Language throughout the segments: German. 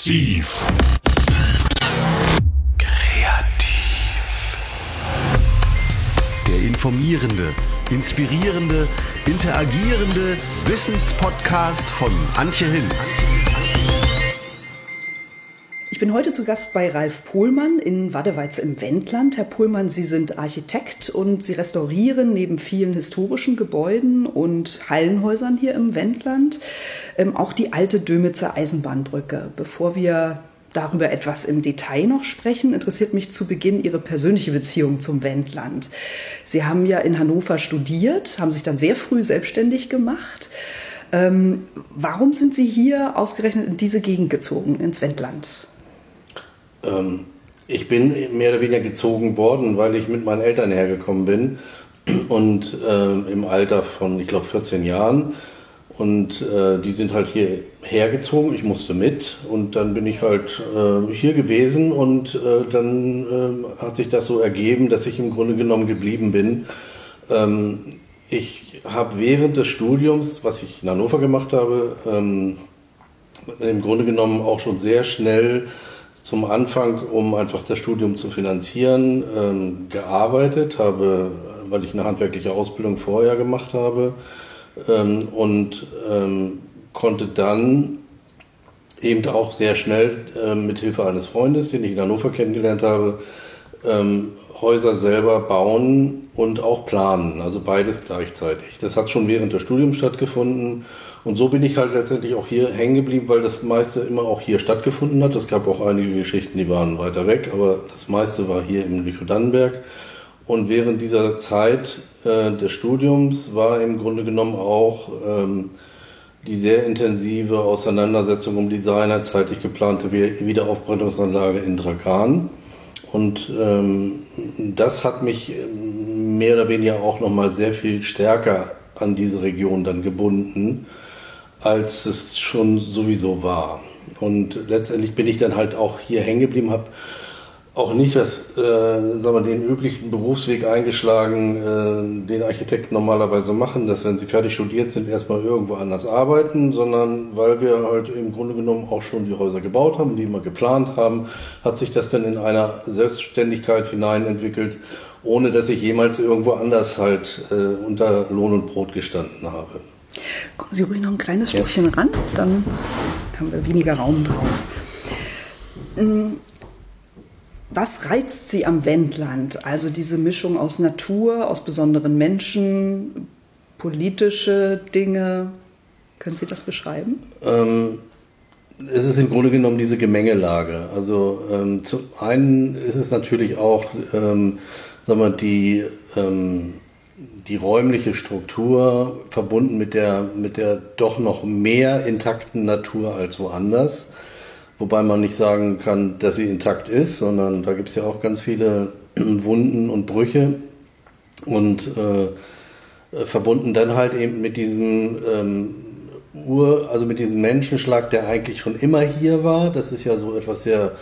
Massiv. Kreativ. Der informierende, inspirierende, interagierende Wissenspodcast von Antje Hinz. Ich bin heute zu Gast bei Ralf Pohlmann in Waddeweiz im Wendland. Herr Pohlmann, Sie sind Architekt und Sie restaurieren neben vielen historischen Gebäuden und Hallenhäusern hier im Wendland auch die alte Dömitzer Eisenbahnbrücke. Bevor wir darüber etwas im Detail noch sprechen, interessiert mich zu Beginn Ihre persönliche Beziehung zum Wendland. Sie haben ja in Hannover studiert, haben sich dann sehr früh selbstständig gemacht. Warum sind Sie hier ausgerechnet in diese Gegend gezogen, ins Wendland? Ich bin mehr oder weniger gezogen worden, weil ich mit meinen Eltern hergekommen bin und im Alter von, ich glaube, 14 Jahren. Und die sind halt hier hergezogen, ich musste mit und dann bin ich halt hier gewesen und dann hat sich das so ergeben, dass ich im Grunde genommen geblieben bin. Ich habe während des Studiums, was ich in Hannover gemacht habe, im Grunde genommen auch schon sehr schnell zum Anfang, um einfach das Studium zu finanzieren, gearbeitet habe, weil ich eine handwerkliche Ausbildung vorher gemacht habe und konnte dann eben auch sehr schnell mit Hilfe eines Freundes, den ich in Hannover kennengelernt habe, Häuser selber bauen und auch planen, also beides gleichzeitig. Das hat schon während des Studiums stattgefunden und so bin ich halt letztendlich auch hier hängen geblieben, weil das meiste immer auch hier stattgefunden hat. Es gab auch einige Geschichten, die waren weiter weg, aber das meiste war hier im Lüchow-Dannenberg. Und während dieser Zeit des Studiums war im Grunde genommen auch die sehr intensive Auseinandersetzung um die seinerzeitig geplante Wiederaufbereitungsanlage in Dragan. Und das hat mich mehr oder weniger auch nochmal sehr viel stärker an diese Region dann gebunden, als es schon sowieso war. Und letztendlich bin ich dann halt auch hier hängen geblieben, habe auch nicht den üblichen Berufsweg eingeschlagen, den Architekten normalerweise machen, dass wenn sie fertig studiert sind, erstmal irgendwo anders arbeiten, sondern weil wir halt im Grunde genommen auch schon die Häuser gebaut haben, die immer geplant haben, hat sich das dann in einer Selbstständigkeit hinein entwickelt, ohne dass ich jemals irgendwo anders halt unter Lohn und Brot gestanden habe. Kommen Sie ruhig noch ein kleines Stückchen ran, dann haben wir weniger Raum drauf. Was reizt Sie am Wendland? Also diese Mischung aus Natur, aus besonderen Menschen, politische Dinge. Können Sie das beschreiben? Es ist im Grunde genommen diese Gemengelage. Also zum einen ist es natürlich auch die räumliche Struktur verbunden mit der doch noch mehr intakten Natur als woanders. Wobei man nicht sagen kann, dass sie intakt ist, sondern da gibt es ja auch ganz viele Wunden und Brüche. Und verbunden dann halt eben mit diesem mit diesem Menschenschlag, der eigentlich schon immer hier war. Das ist ja so etwas sehr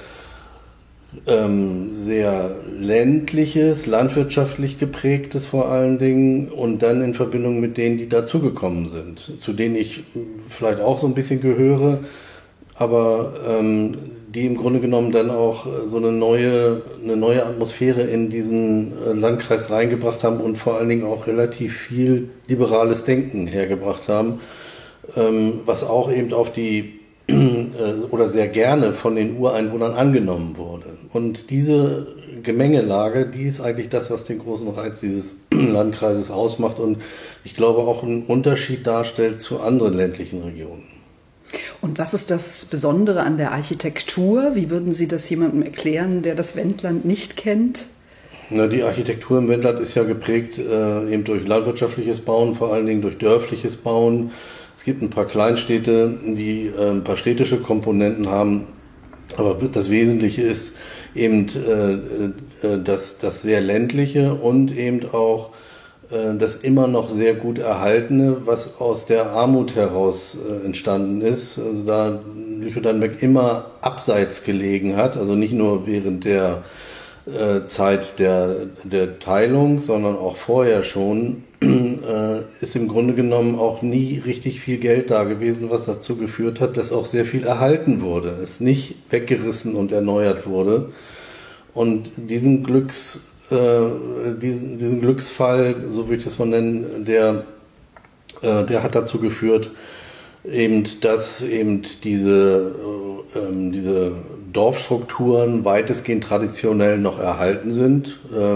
ländliches, landwirtschaftlich geprägtes vor allen Dingen und dann in Verbindung mit denen, die dazugekommen sind, zu denen ich vielleicht auch so ein bisschen gehöre, aber die im Grunde genommen dann auch so eine neue Atmosphäre in diesen Landkreis reingebracht haben und vor allen Dingen auch relativ viel liberales Denken hergebracht haben, was auch eben auf die oder sehr gerne von den Ureinwohnern angenommen wurde. Und diese Gemengelage, die ist eigentlich das, was den großen Reiz dieses Landkreises ausmacht und ich glaube auch einen Unterschied darstellt zu anderen ländlichen Regionen. Und was ist das Besondere an der Architektur? Wie würden Sie das jemandem erklären, der das Wendland nicht kennt? Na, die Architektur im Wendland ist ja geprägt eben durch landwirtschaftliches Bauen, vor allen Dingen durch dörfliches Bauen. Es gibt ein paar Kleinstädte, die ein paar städtische Komponenten haben, aber das Wesentliche ist eben das sehr ländliche und eben auch das immer noch sehr gut erhaltene, was aus der Armut heraus entstanden ist. Also da Lüchow-Dannenberg immer abseits gelegen hat, also nicht nur während der Zeit der Teilung, sondern auch vorher schon, ist im Grunde genommen auch nie richtig viel Geld da gewesen, was dazu geführt hat, dass auch sehr viel erhalten wurde, es nicht weggerissen und erneuert wurde. Und diesen Glücksfall, so würde ich das mal nennen, der hat dazu geführt, dass diese Dorfstrukturen weitestgehend traditionell noch erhalten sind.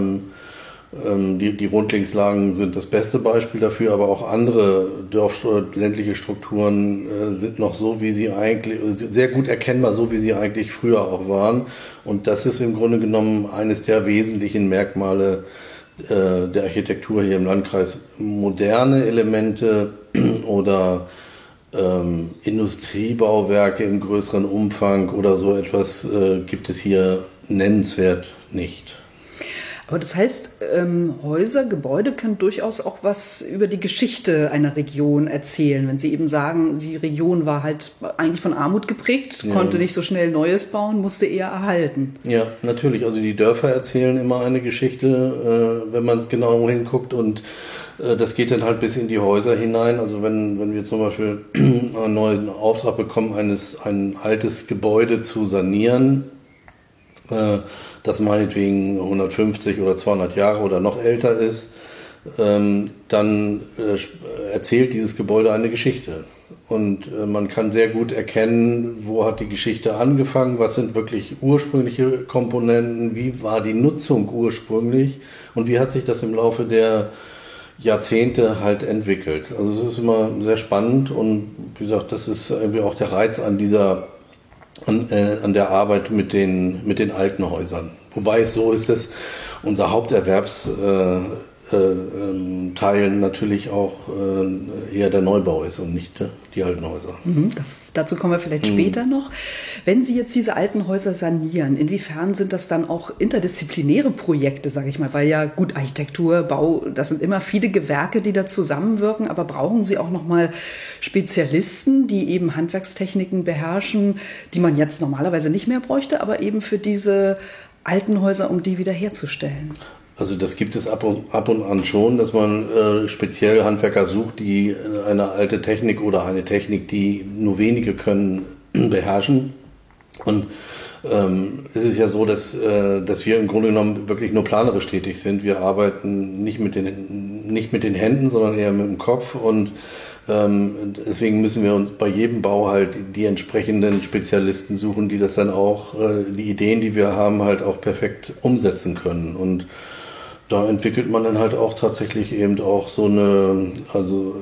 Die Rundlingslagen sind das beste Beispiel dafür, aber auch andere ländliche Strukturen sind noch so, wie sie eigentlich, sehr gut erkennbar, so wie sie eigentlich früher auch waren. Und das ist im Grunde genommen eines der wesentlichen Merkmale der Architektur hier im Landkreis. Moderne Elemente oder Industriebauwerke im größeren Umfang oder so etwas gibt es hier nennenswert nicht. Aber das heißt, Häuser, Gebäude können durchaus auch was über die Geschichte einer Region erzählen. Wenn Sie eben sagen, die Region war halt eigentlich von Armut geprägt, konnte nicht so schnell Neues bauen, musste eher erhalten. Ja, natürlich. Also die Dörfer erzählen immer eine Geschichte, wenn man genau hinguckt, und das geht dann halt bis in die Häuser hinein. Also wenn wir zum Beispiel einen neuen Auftrag bekommen, ein altes Gebäude zu sanieren, das meinetwegen 150 oder 200 Jahre oder noch älter ist, dann erzählt dieses Gebäude eine Geschichte. Und man kann sehr gut erkennen, wo hat die Geschichte angefangen, was sind wirklich ursprüngliche Komponenten, wie war die Nutzung ursprünglich und wie hat sich das im Laufe der Jahrzehnte halt entwickelt. Also es ist immer sehr spannend und wie gesagt, das ist irgendwie auch der Reiz an der Arbeit mit den alten Häusern. Wobei es so ist, dass unser Haupterwerbsteil natürlich auch eher der Neubau ist und nicht die alten Häuser. Dazu kommen wir vielleicht später noch. Wenn Sie jetzt diese alten Häuser sanieren, inwiefern sind das dann auch interdisziplinäre Projekte, sage ich mal? Weil ja gut, Architektur, Bau, das sind immer viele Gewerke, die da zusammenwirken, aber brauchen Sie auch nochmal Spezialisten, die eben Handwerkstechniken beherrschen, die man jetzt normalerweise nicht mehr bräuchte, aber eben für diese alten Häuser, um die wiederherzustellen? Also das gibt es ab und an schon, dass man speziell Handwerker sucht, die eine alte Technik oder eine Technik, die nur wenige können, beherrschen. Und es ist ja so, dass wir im Grunde genommen wirklich nur planerisch tätig sind. Wir arbeiten nicht mit den Händen, sondern eher mit dem Kopf. Und deswegen müssen wir uns bei jedem Bau halt die entsprechenden Spezialisten suchen, die das dann auch, die Ideen, die wir haben, halt auch perfekt umsetzen können. Und da entwickelt man dann halt auch tatsächlich eben auch also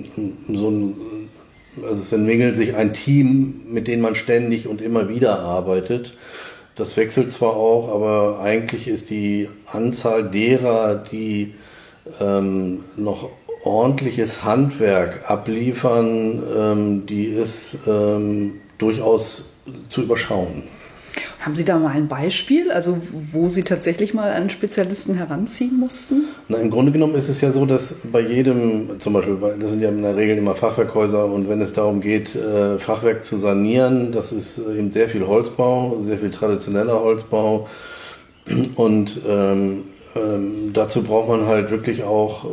es entwickelt sich ein Team, mit dem man ständig und immer wieder arbeitet. Das wechselt zwar auch, aber eigentlich ist die Anzahl derer, die noch ordentliches Handwerk abliefern, die ist durchaus zu überschauen. Haben Sie da mal ein Beispiel, also wo Sie tatsächlich mal einen Spezialisten heranziehen mussten? Na, im Grunde genommen ist es ja so, dass bei jedem, zum Beispiel, das sind ja in der Regel immer Fachwerkhäuser, und wenn es darum geht, Fachwerk zu sanieren, das ist eben sehr viel Holzbau, sehr viel traditioneller Holzbau, und dazu braucht man halt wirklich auch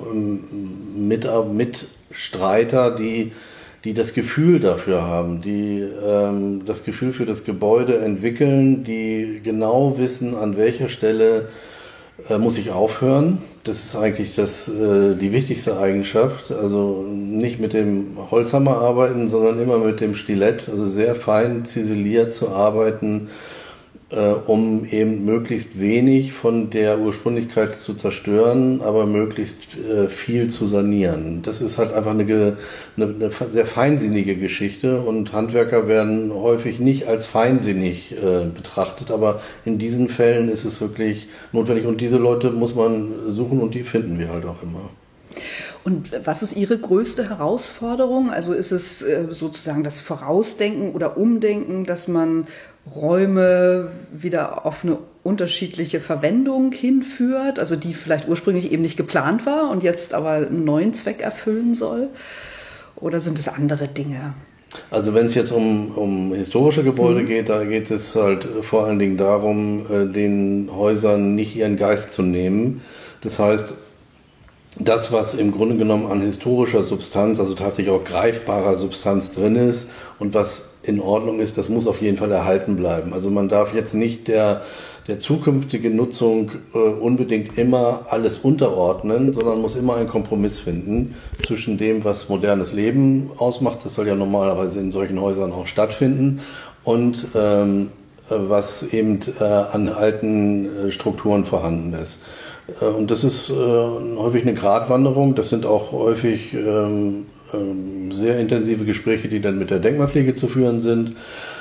Mitstreiter, die das Gefühl dafür haben, die das Gefühl für das Gebäude entwickeln, die genau wissen, an welcher Stelle muss ich aufhören. Das ist eigentlich die wichtigste Eigenschaft. Also nicht mit dem Holzhammer arbeiten, sondern immer mit dem Stilett, also sehr fein ziseliert zu arbeiten, um eben möglichst wenig von der Ursprünglichkeit zu zerstören, aber möglichst viel zu sanieren. Das ist halt einfach eine sehr feinsinnige Geschichte, und Handwerker werden häufig nicht als feinsinnig betrachtet, aber in diesen Fällen ist es wirklich notwendig, und diese Leute muss man suchen, und die finden wir halt auch immer. Und was ist Ihre größte Herausforderung? Also ist es sozusagen das Vorausdenken oder Umdenken, dass man Räume wieder auf eine unterschiedliche Verwendung hinführt, also die vielleicht ursprünglich eben nicht geplant war und jetzt aber einen neuen Zweck erfüllen soll? Oder sind es andere Dinge? Also wenn es jetzt um historische Gebäude geht, da geht es halt vor allen Dingen darum, den Häusern nicht ihren Geist zu nehmen. Das heißt, das, was im Grunde genommen an historischer Substanz, also tatsächlich auch greifbarer Substanz drin ist und was in Ordnung ist, das muss auf jeden Fall erhalten bleiben. Also man darf jetzt nicht der zukünftigen Nutzung unbedingt immer alles unterordnen, sondern muss immer einen Kompromiss finden zwischen dem, was modernes Leben ausmacht, das soll ja normalerweise in solchen Häusern auch stattfinden, und was eben an alten Strukturen vorhanden ist. Und das ist häufig eine Gratwanderung, das sind auch häufig sehr intensive Gespräche, die dann mit der Denkmalpflege zu führen sind,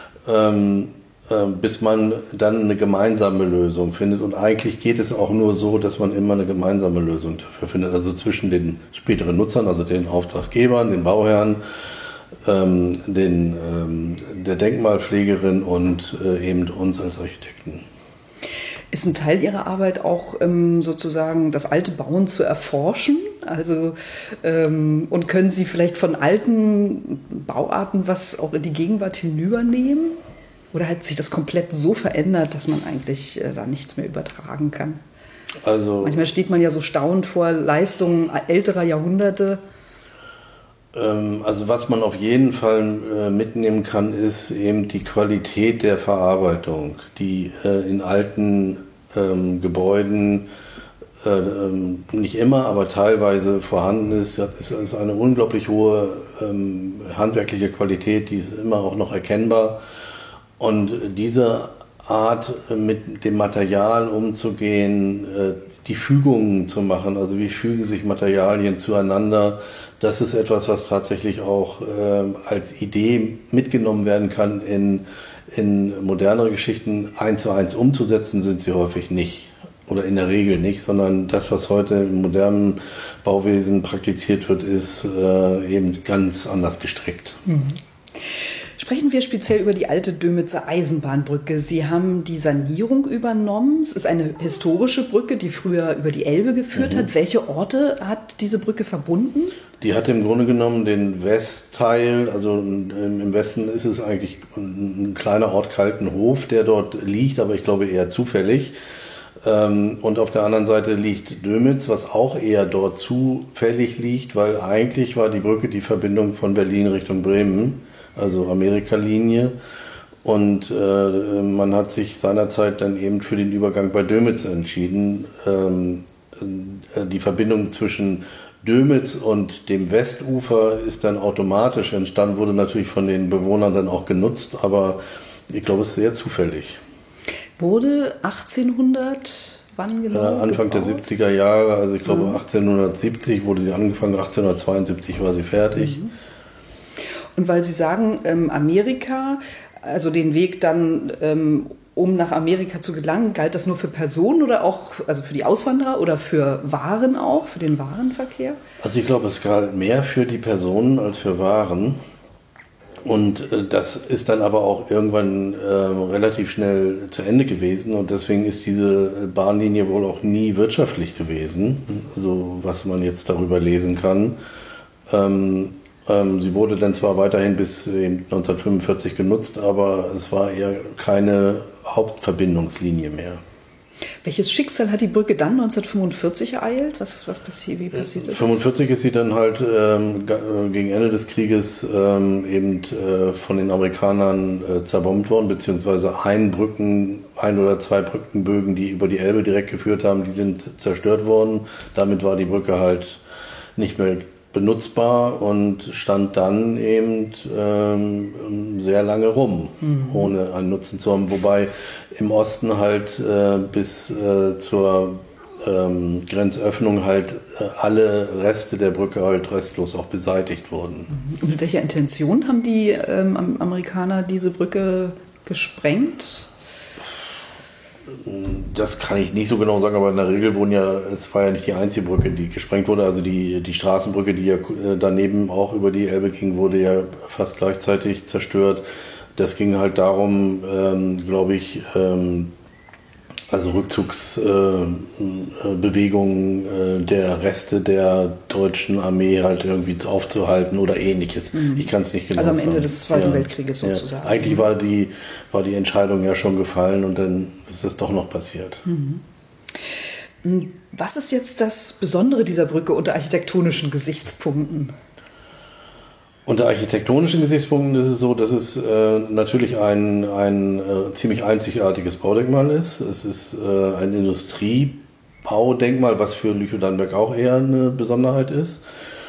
bis man dann eine gemeinsame Lösung findet. Und eigentlich geht es auch nur so, dass man immer eine gemeinsame Lösung dafür findet. Also zwischen den späteren Nutzern, also den Auftraggebern, den Bauherren, der Denkmalpflegerin und eben uns als Architekten. Ist ein Teil Ihrer Arbeit auch sozusagen das alte Bauen zu erforschen? Also und können Sie vielleicht von alten Bauarten was auch in die Gegenwart hinübernehmen? Oder hat sich das komplett so verändert, dass man eigentlich da nichts mehr übertragen kann? Also manchmal steht man ja so staunend vor Leistungen älterer Jahrhunderte. Also was man auf jeden Fall mitnehmen kann, ist eben die Qualität der Verarbeitung, die in alten Gebäuden nicht immer, aber teilweise vorhanden ist. Es ist eine unglaublich hohe handwerkliche Qualität, die ist immer auch noch erkennbar. Und diese Art, mit dem Material umzugehen, die Fügungen zu machen, also wie fügen sich Materialien zueinander, das ist etwas, was tatsächlich auch als Idee mitgenommen werden kann in modernere Geschichten. 1:1 umzusetzen sind sie häufig nicht oder in der Regel nicht, sondern das, was heute im modernen Bauwesen praktiziert wird, ist eben ganz anders gestrickt. Mhm. Sprechen wir speziell über die alte Dömitzer Eisenbahnbrücke. Sie haben die Sanierung übernommen. Es ist eine historische Brücke, die früher über die Elbe geführt hat. Welche Orte hat diese Brücke verbunden? Die hat im Grunde genommen den Westteil, also im Westen ist es eigentlich ein kleiner Ort Kaltenhof, der dort liegt, aber ich glaube eher zufällig. Und auf der anderen Seite liegt Dömitz, was auch eher dort zufällig liegt, weil eigentlich war die Brücke die Verbindung von Berlin Richtung Bremen, also Amerikalinie. Und man hat sich seinerzeit dann eben für den Übergang bei Dömitz entschieden. Die Verbindung zwischen Dömitz und dem Westufer ist dann automatisch entstanden, wurde natürlich von den Bewohnern dann auch genutzt, aber ich glaube, es ist sehr zufällig. Wurde 1800, wann genau? Anfang der 70er Jahre, also ich glaube 1870 wurde sie angefangen, 1872 war sie fertig. Und weil Sie sagen, Amerika, also den Weg dann, um nach Amerika zu gelangen, galt das nur für Personen oder auch, also für die Auswanderer oder für Waren auch, für den Warenverkehr? Also ich glaube, es galt mehr für die Personen als für Waren. Und das ist dann aber auch irgendwann relativ schnell zu Ende gewesen. Und deswegen ist diese Bahnlinie wohl auch nie wirtschaftlich gewesen, so was man jetzt darüber lesen kann. Sie wurde dann zwar weiterhin bis 1945 genutzt, aber es war eher keine Hauptverbindungslinie mehr. Welches Schicksal hat die Brücke dann 1945 ereilt? Wie passiert das? 1945 ist sie dann halt gegen Ende des Krieges eben von den Amerikanern zerbombt worden, beziehungsweise ein oder zwei Brückenbögen, die über die Elbe direkt geführt haben, die sind zerstört worden. Damit war die Brücke halt nicht mehr benutzbar und stand dann eben sehr lange rum, ohne einen Nutzen zu haben. Wobei im Osten halt bis zur Grenzöffnung halt alle Reste der Brücke halt restlos auch beseitigt wurden. Und mit welcher Intention haben die Amerikaner diese Brücke gesprengt? Das kann ich nicht so genau sagen, aber in der Regel es war ja nicht die einzige Brücke, die gesprengt wurde. Also die Straßenbrücke, die ja daneben auch über die Elbe ging, wurde ja fast gleichzeitig zerstört. Das ging halt darum, glaube ich, Also Rückzugsbewegungen der Reste der deutschen Armee halt irgendwie aufzuhalten oder ähnliches. Ich kann es nicht genau sagen. Also am Ende des Zweiten Weltkrieges sozusagen. Ja. Eigentlich war die Entscheidung ja schon gefallen und dann ist es doch noch passiert. Was ist jetzt das Besondere dieser Brücke unter architektonischen Gesichtspunkten? Unter architektonischen Gesichtspunkten ist es so, dass es natürlich ein ziemlich einzigartiges Baudenkmal ist. Es ist ein Industriebaudenkmal, was für Lüchow-Dannenberg auch eher eine Besonderheit ist.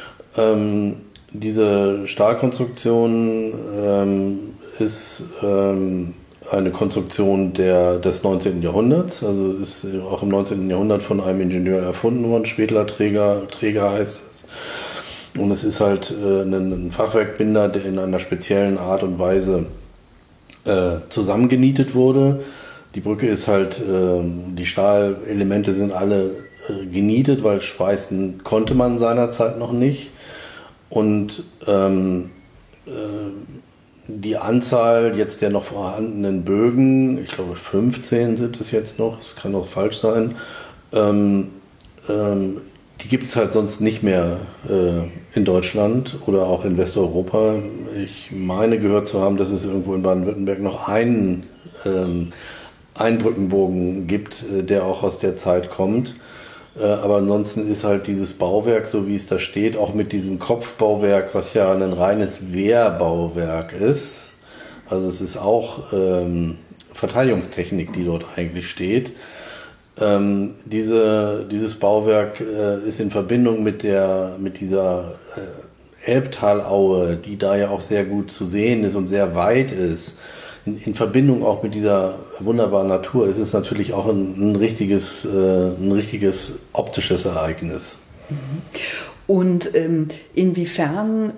Diese Stahlkonstruktion ist eine Konstruktion des 19. Jahrhunderts, also ist auch im 19. Jahrhundert von einem Ingenieur erfunden worden, Spedler-Träger heißt es. Und es ist halt ein Fachwerkbinder, der in einer speziellen Art und Weise zusammengenietet wurde. Die Brücke ist halt, die Stahlelemente sind alle genietet, weil schweißen konnte man seinerzeit noch nicht. Und die Anzahl jetzt der noch vorhandenen Bögen, ich glaube 15 sind es jetzt noch, das kann auch falsch sein, die gibt es halt sonst nicht mehr in Deutschland oder auch in Westeuropa. Ich meine gehört zu haben, dass es irgendwo in Baden-Württemberg noch einen Brückenbogen gibt, der auch aus der Zeit kommt. Aber ansonsten ist halt dieses Bauwerk, so wie es da steht, auch mit diesem Kopfbauwerk, was ja ein reines Wehrbauwerk ist. Also es ist auch Verteidigungstechnik, die dort eigentlich steht. Dieses Bauwerk ist in Verbindung mit dieser Elbtalaue, die da ja auch sehr gut zu sehen ist und sehr weit ist, in Verbindung auch mit dieser wunderbaren Natur, ist es natürlich auch ein richtiges optisches Ereignis. Und inwiefern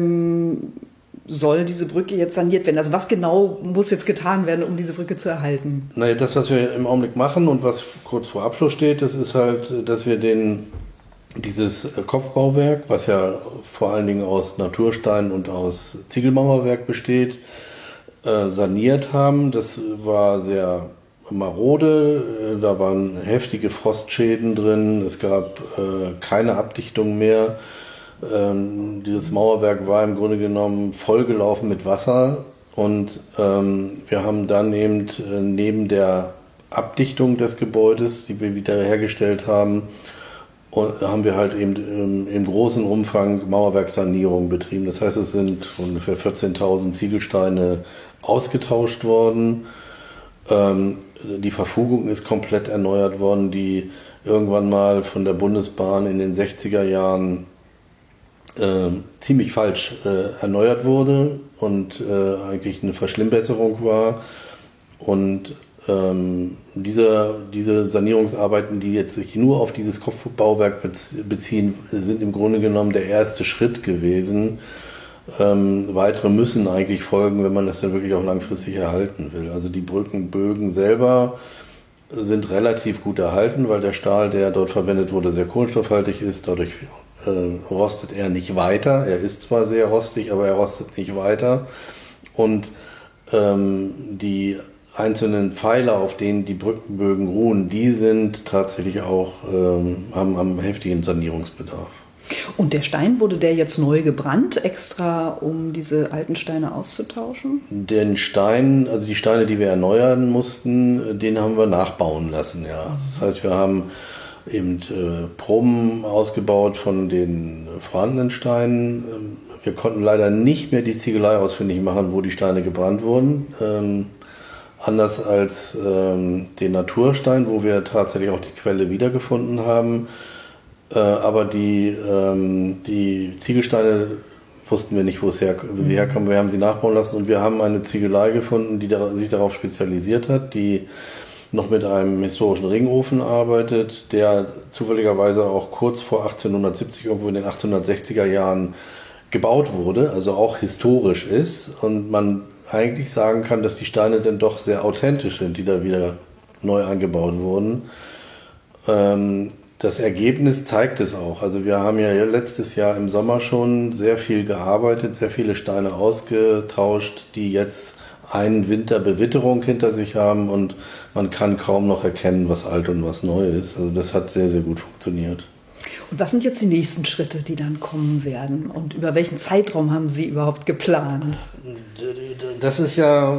soll diese Brücke jetzt saniert werden? Also was genau muss jetzt getan werden, um diese Brücke zu erhalten? Naja, das, was wir im Augenblick machen und was kurz vor Abschluss steht, das ist halt, dass wir dieses Kopfbauwerk, was ja vor allen Dingen aus Naturstein und aus Ziegelmauerwerk besteht, saniert haben. Das war sehr marode, da waren heftige Frostschäden drin, es gab keine Abdichtung mehr. Dieses Mauerwerk war im Grunde genommen vollgelaufen mit Wasser und wir haben dann eben neben der Abdichtung des Gebäudes, die wir wieder hergestellt haben, haben wir halt eben im großen Umfang Mauerwerkssanierung betrieben. Das heißt, es sind ungefähr 14.000 Ziegelsteine ausgetauscht worden. Die Verfugung ist komplett erneuert worden, die irgendwann mal von der Bundesbahn in den 60er Jahren ziemlich falsch erneuert wurde und eigentlich eine Verschlimmbesserung war. Und diese Sanierungsarbeiten, die jetzt sich nur auf dieses Kopfbauwerk beziehen, sind im Grunde genommen der erste Schritt gewesen. Weitere müssen eigentlich folgen, wenn man das dann wirklich auch langfristig erhalten will. Also die Brückenbögen selber sind relativ gut erhalten, weil der Stahl, der dort verwendet wurde, sehr kohlenstoffhaltig ist. Dadurch rostet er nicht weiter. Er ist zwar sehr rostig, aber er rostet nicht weiter. Und die einzelnen Pfeiler, auf denen die Brückenbögen ruhen, die sind tatsächlich auch, haben heftigen Sanierungsbedarf. Und der Stein, wurde der jetzt neu gebrannt, extra um diese alten Steine auszutauschen? Den Stein, also die Steine, die wir erneuern mussten, den haben wir nachbauen lassen, ja. Also das heißt, wir haben eben Proben ausgebaut von den vorhandenen Steinen. Wir konnten leider nicht mehr die Ziegelei ausfindig machen, wo die Steine gebrannt wurden. Anders als den Naturstein, wo wir tatsächlich auch die Quelle wiedergefunden haben. Aber die Ziegelsteine wussten wir nicht, wo sie herkamen. Wir haben sie nachbauen lassen und wir haben eine Ziegelei gefunden, die sich darauf spezialisiert hat, die noch mit einem historischen Ringofen arbeitet, der zufälligerweise auch kurz vor 1870, irgendwo in den 1860er Jahren gebaut wurde, also auch historisch ist und man eigentlich sagen kann, dass die Steine dann doch sehr authentisch sind, die da wieder neu eingebaut wurden. Das Ergebnis zeigt es auch. Also wir haben ja letztes Jahr im Sommer schon sehr viel gearbeitet, sehr viele Steine ausgetauscht, die jetzt einen Winter Bewitterung hinter sich haben und man kann kaum noch erkennen, was alt und was neu ist. Also das hat sehr, sehr gut funktioniert. Und was sind jetzt die nächsten Schritte, die dann kommen werden? Und über welchen Zeitraum haben Sie überhaupt geplant? Das ist ja,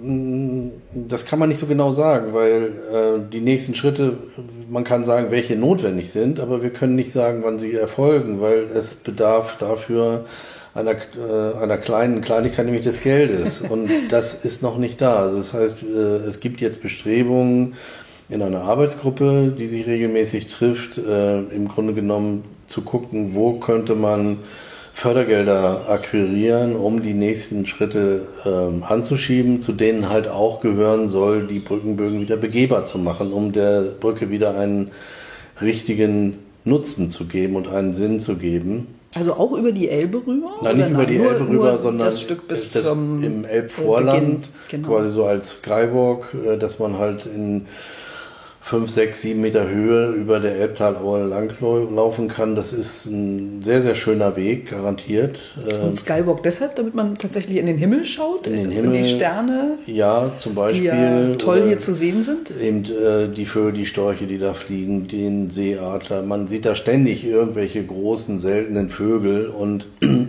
das kann man nicht so genau sagen, weil die nächsten Schritte, man kann sagen, welche notwendig sind, aber wir können nicht sagen, wann sie erfolgen, weil es bedarf dafür einer kleinen Kleinigkeit, nämlich des Geldes. Und das ist noch nicht da. Also das heißt, es gibt jetzt Bestrebungen in einer Arbeitsgruppe, die sich regelmäßig trifft, im Grunde genommen zu gucken, wo könnte man Fördergelder akquirieren, um die nächsten Schritte anzuschieben, zu denen halt auch gehören soll, die Brückenbögen wieder begehbar zu machen, um der Brücke wieder einen richtigen Nutzen zu geben und einen Sinn zu geben. Also auch über die Elbe rüber? Nein, nicht über die Elbe rüber, sondern das Stück bis das zum im Elbvorland, genau. Quasi so als Skywalk, dass man halt in 5, 6, 7 Meter Höhe über der Elbtalaue langlaufen kann. Das ist ein sehr, sehr schöner Weg, garantiert. Und Skywalk deshalb, damit man tatsächlich in den Himmel schaut? In den Himmel. In die Sterne? Ja, zum Beispiel. Die ja toll hier zu sehen sind? Eben die Vögel, die Storche, die da fliegen, den Seeadler. Man sieht da ständig irgendwelche großen, seltenen Vögel und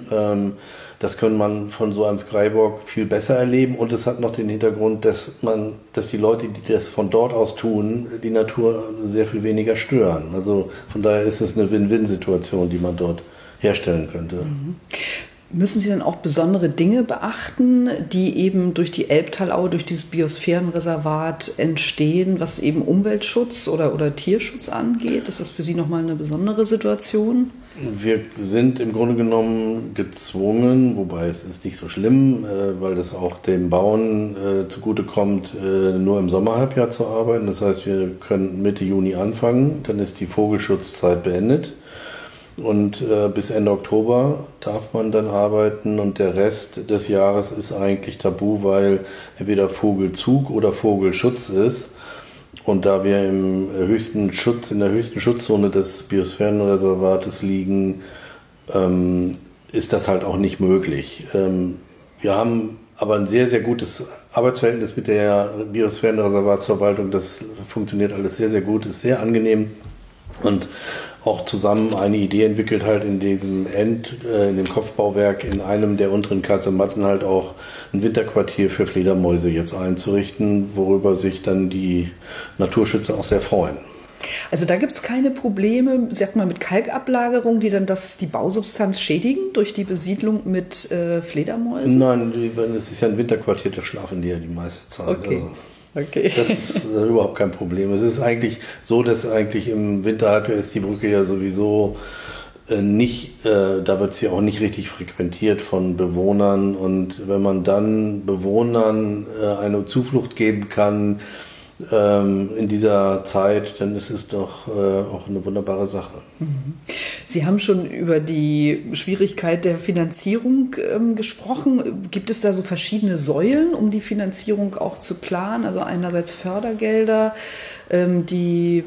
das kann man von so einem Skywalk viel besser erleben und es hat noch den Hintergrund, dass die Leute, die das von dort aus tun, die Natur sehr viel weniger stören. Also von daher ist es eine Win-Win-Situation, die man dort herstellen könnte. Mhm. Müssen Sie dann auch besondere Dinge beachten, die eben durch die Elbtalaue, durch dieses Biosphärenreservat entstehen, was eben Umweltschutz oder Tierschutz angeht? Ist das für Sie nochmal eine besondere Situation? Wir sind im Grunde genommen gezwungen, wobei es ist nicht so schlimm, weil das auch dem Bauern zugutekommt, nur im Sommerhalbjahr zu arbeiten. Das heißt, wir können Mitte Juni anfangen, dann ist die Vogelschutzzeit beendet. Und bis Ende Oktober darf man dann arbeiten und der Rest des Jahres ist eigentlich tabu, weil entweder Vogelzug oder Vogelschutz ist. Und da wir in der höchsten Schutzzone des Biosphärenreservates liegen, ist das halt auch nicht möglich. Wir haben aber ein sehr, sehr gutes Arbeitsverhältnis mit der Biosphärenreservatsverwaltung. Das funktioniert alles sehr, sehr gut, ist sehr angenehm. Und auch zusammen eine Idee entwickelt halt in diesem in dem Kopfbauwerk in einem der unteren Kasematten halt auch ein Winterquartier für Fledermäuse jetzt einzurichten, worüber sich dann die Naturschützer auch sehr freuen. Also da gibt es keine Probleme, sag mal, mit Kalkablagerung, die dann die Bausubstanz schädigen durch die Besiedlung mit Fledermäusen? Nein, es ist ja ein Winterquartier, da schlafen die ja die meiste Zeit. Okay. Also. Okay. Das ist überhaupt kein Problem. Es ist eigentlich so, dass eigentlich im Winterhalbjahr ist die Brücke ja sowieso nicht, da wird sie auch nicht richtig frequentiert von Bewohnern und wenn man dann Bewohnern eine Zuflucht geben kann in dieser Zeit, dann ist es doch auch eine wunderbare Sache. Sie haben schon über die Schwierigkeit der Finanzierung gesprochen. Gibt es da so verschiedene Säulen, um die Finanzierung auch zu planen? Also einerseits Fördergelder, die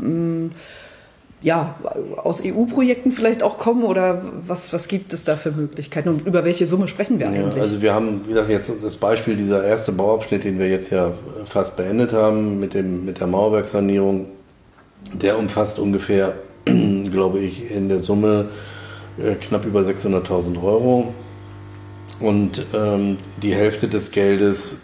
aus EU-Projekten vielleicht auch kommen oder was gibt es da für Möglichkeiten und über welche Summe sprechen wir eigentlich? Also wir haben, wie gesagt, jetzt das Beispiel, dieser erste Bauabschnitt, den wir jetzt ja fast beendet haben mit der Mauerwerksanierung, der umfasst ungefähr, glaube ich, in der Summe knapp über 600.000 Euro und die Hälfte des Geldes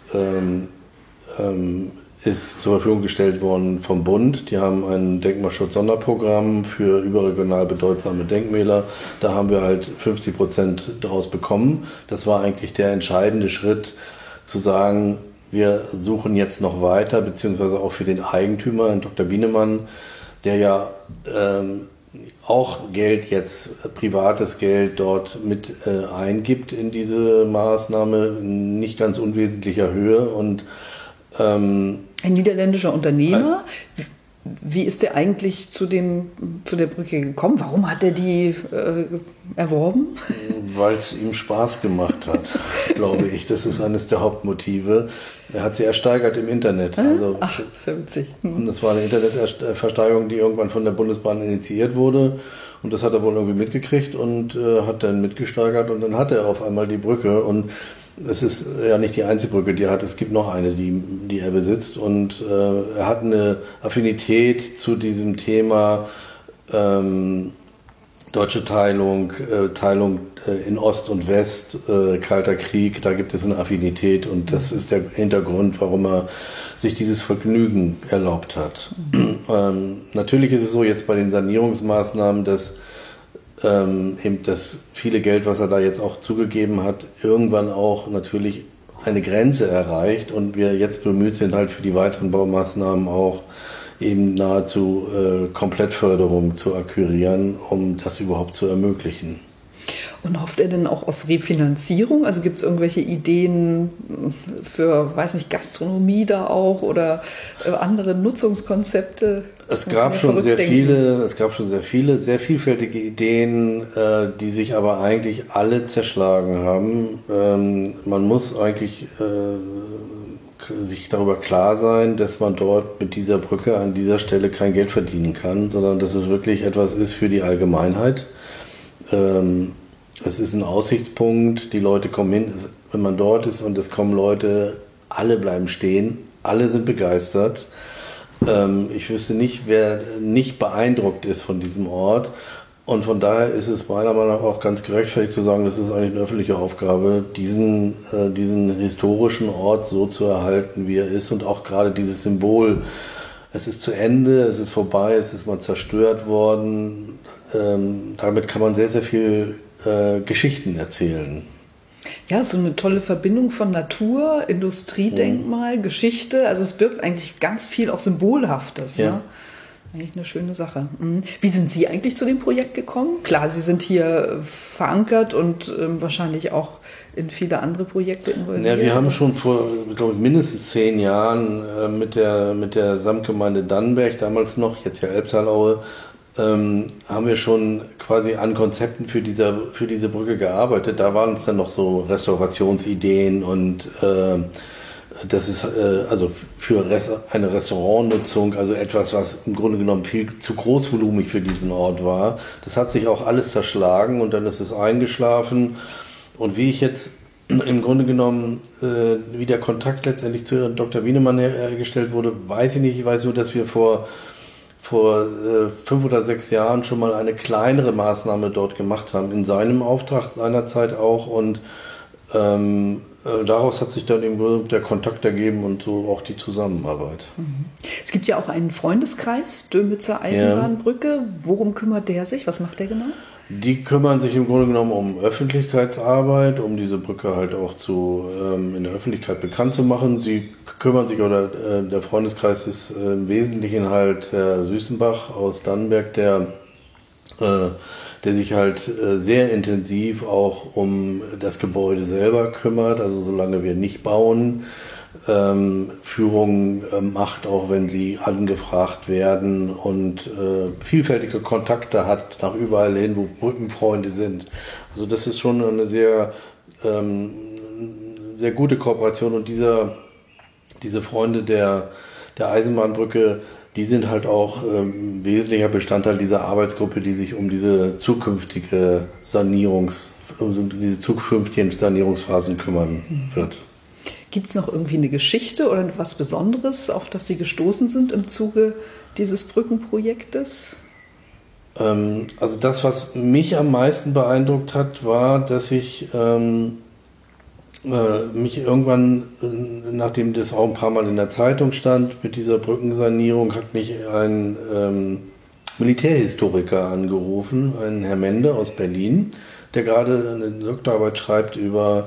ist zur Verfügung gestellt worden vom Bund. Die haben ein Denkmalschutz-Sonderprogramm für überregional bedeutsame Denkmäler. Da haben wir halt 50% daraus bekommen. Das war eigentlich der entscheidende Schritt, zu sagen, wir suchen jetzt noch weiter, beziehungsweise auch für den Eigentümer, Dr. Bienemann, der ja auch Geld jetzt, privates Geld dort mit eingibt in diese Maßnahme, in nicht ganz unwesentlicher Höhe und ein niederländischer Unternehmer. Wie ist der eigentlich zu der Brücke gekommen? Warum hat er die erworben? Weil es ihm Spaß gemacht hat, glaube ich. Das ist eines der Hauptmotive. Er hat sie ersteigert im Internet. Also, ach, sehr witzig. Und das war eine Internetversteigerung, die irgendwann von der Bundesbahn initiiert wurde. Und das hat er wohl irgendwie mitgekriegt und hat dann mitgesteigert. Und dann hat er auf einmal die Brücke. Und es ist ja nicht die einzige Brücke, die er hat. Es gibt noch eine, die er besitzt. Und er hat eine Affinität zu diesem Thema deutsche Teilung, in Ost und West, Kalter Krieg. Da gibt es eine Affinität. Und das ist der Hintergrund, warum er sich dieses Vergnügen erlaubt hat. Natürlich ist es so jetzt bei den Sanierungsmaßnahmen, dass eben das viele Geld, was er da jetzt auch zugegeben hat, irgendwann auch natürlich eine Grenze erreicht und wir jetzt bemüht sind, halt für die weiteren Baumaßnahmen auch eben nahezu Komplettförderung zu akquirieren, um das überhaupt zu ermöglichen. Und hofft er denn auch auf Refinanzierung? Also gibt es irgendwelche Ideen für, weiß nicht, Gastronomie da auch oder andere Nutzungskonzepte? Es gab schon sehr viele, sehr vielfältige Ideen, die sich aber eigentlich alle zerschlagen haben. Man muss eigentlich sich darüber klar sein, dass man dort mit dieser Brücke an dieser Stelle kein Geld verdienen kann, sondern dass es wirklich etwas ist für die Allgemeinheit. Es ist ein Aussichtspunkt, die Leute kommen hin, wenn man dort ist und es kommen Leute, alle bleiben stehen, alle sind begeistert. Ich wüsste nicht, wer nicht beeindruckt ist von diesem Ort. Und von daher ist es meiner Meinung nach auch ganz gerechtfertigt zu sagen, das ist eigentlich eine öffentliche Aufgabe, diesen historischen Ort so zu erhalten, wie er ist. Und auch gerade dieses Symbol, es ist zu Ende, es ist vorbei, es ist mal zerstört worden. Damit kann man sehr, sehr viel Geschichten erzählen. Ja, so eine tolle Verbindung von Natur, Industriedenkmal, Geschichte. Also es birgt eigentlich ganz viel auch Symbolhaftes. Ja. Ne? Eigentlich eine schöne Sache. Wie sind Sie eigentlich zu dem Projekt gekommen? Klar, Sie sind hier verankert und wahrscheinlich auch in viele andere Projekte involviert. Ja, wir haben schon vor, glaube ich, mindestens 10 Jahren mit der Samtgemeinde Dannenberg, damals noch, jetzt ja Elbtalaue, haben wir schon quasi an Konzepten für diese Brücke gearbeitet. Da waren es dann noch so Restaurationsideen und das ist also für eine Restaurantnutzung, also etwas, was im Grunde genommen viel zu großvolumig für diesen Ort war. Das hat sich auch alles zerschlagen und dann ist es eingeschlafen. Und wie ich jetzt im Grunde genommen, wie der Kontakt letztendlich zu Dr. Wienemann hergestellt wurde, weiß ich nicht. Ich weiß nur, dass wir vor 5 oder 6 Jahren schon mal eine kleinere Maßnahme dort gemacht haben, in seinem Auftrag seinerzeit auch. Und daraus hat sich dann eben der Kontakt ergeben und so auch die Zusammenarbeit. Es gibt ja auch einen Freundeskreis, Dömitzer Eisenbahnbrücke. Ja. Worum kümmert der sich? Was macht der genau? Die kümmern sich im Grunde genommen um Öffentlichkeitsarbeit, um diese Brücke halt auch in der Öffentlichkeit bekannt zu machen. Sie kümmern sich, oder der Freundeskreis ist im Wesentlichen halt Herr Süßenbach aus Dannenberg, der sich halt sehr intensiv auch um das Gebäude selber kümmert, also solange wir nicht bauen, Führung macht, auch wenn sie angefragt werden und vielfältige Kontakte hat nach überall hin, wo Brückenfreunde sind. Also das ist schon eine sehr, sehr gute Kooperation und diese Freunde der Eisenbahnbrücke, die sind halt auch wesentlicher Bestandteil dieser Arbeitsgruppe, die sich um diese zukünftigen Sanierungsphasen kümmern wird. Gibt es noch irgendwie eine Geschichte oder was Besonderes, auf das Sie gestoßen sind im Zuge dieses Brückenprojektes? Also das, was mich am meisten beeindruckt hat, war, dass ich mich irgendwann, nachdem das auch ein paar Mal in der Zeitung stand, mit dieser Brückensanierung, hat mich ein Militärhistoriker angerufen, ein Herr Mende aus Berlin, der gerade eine Doktorarbeit schreibt über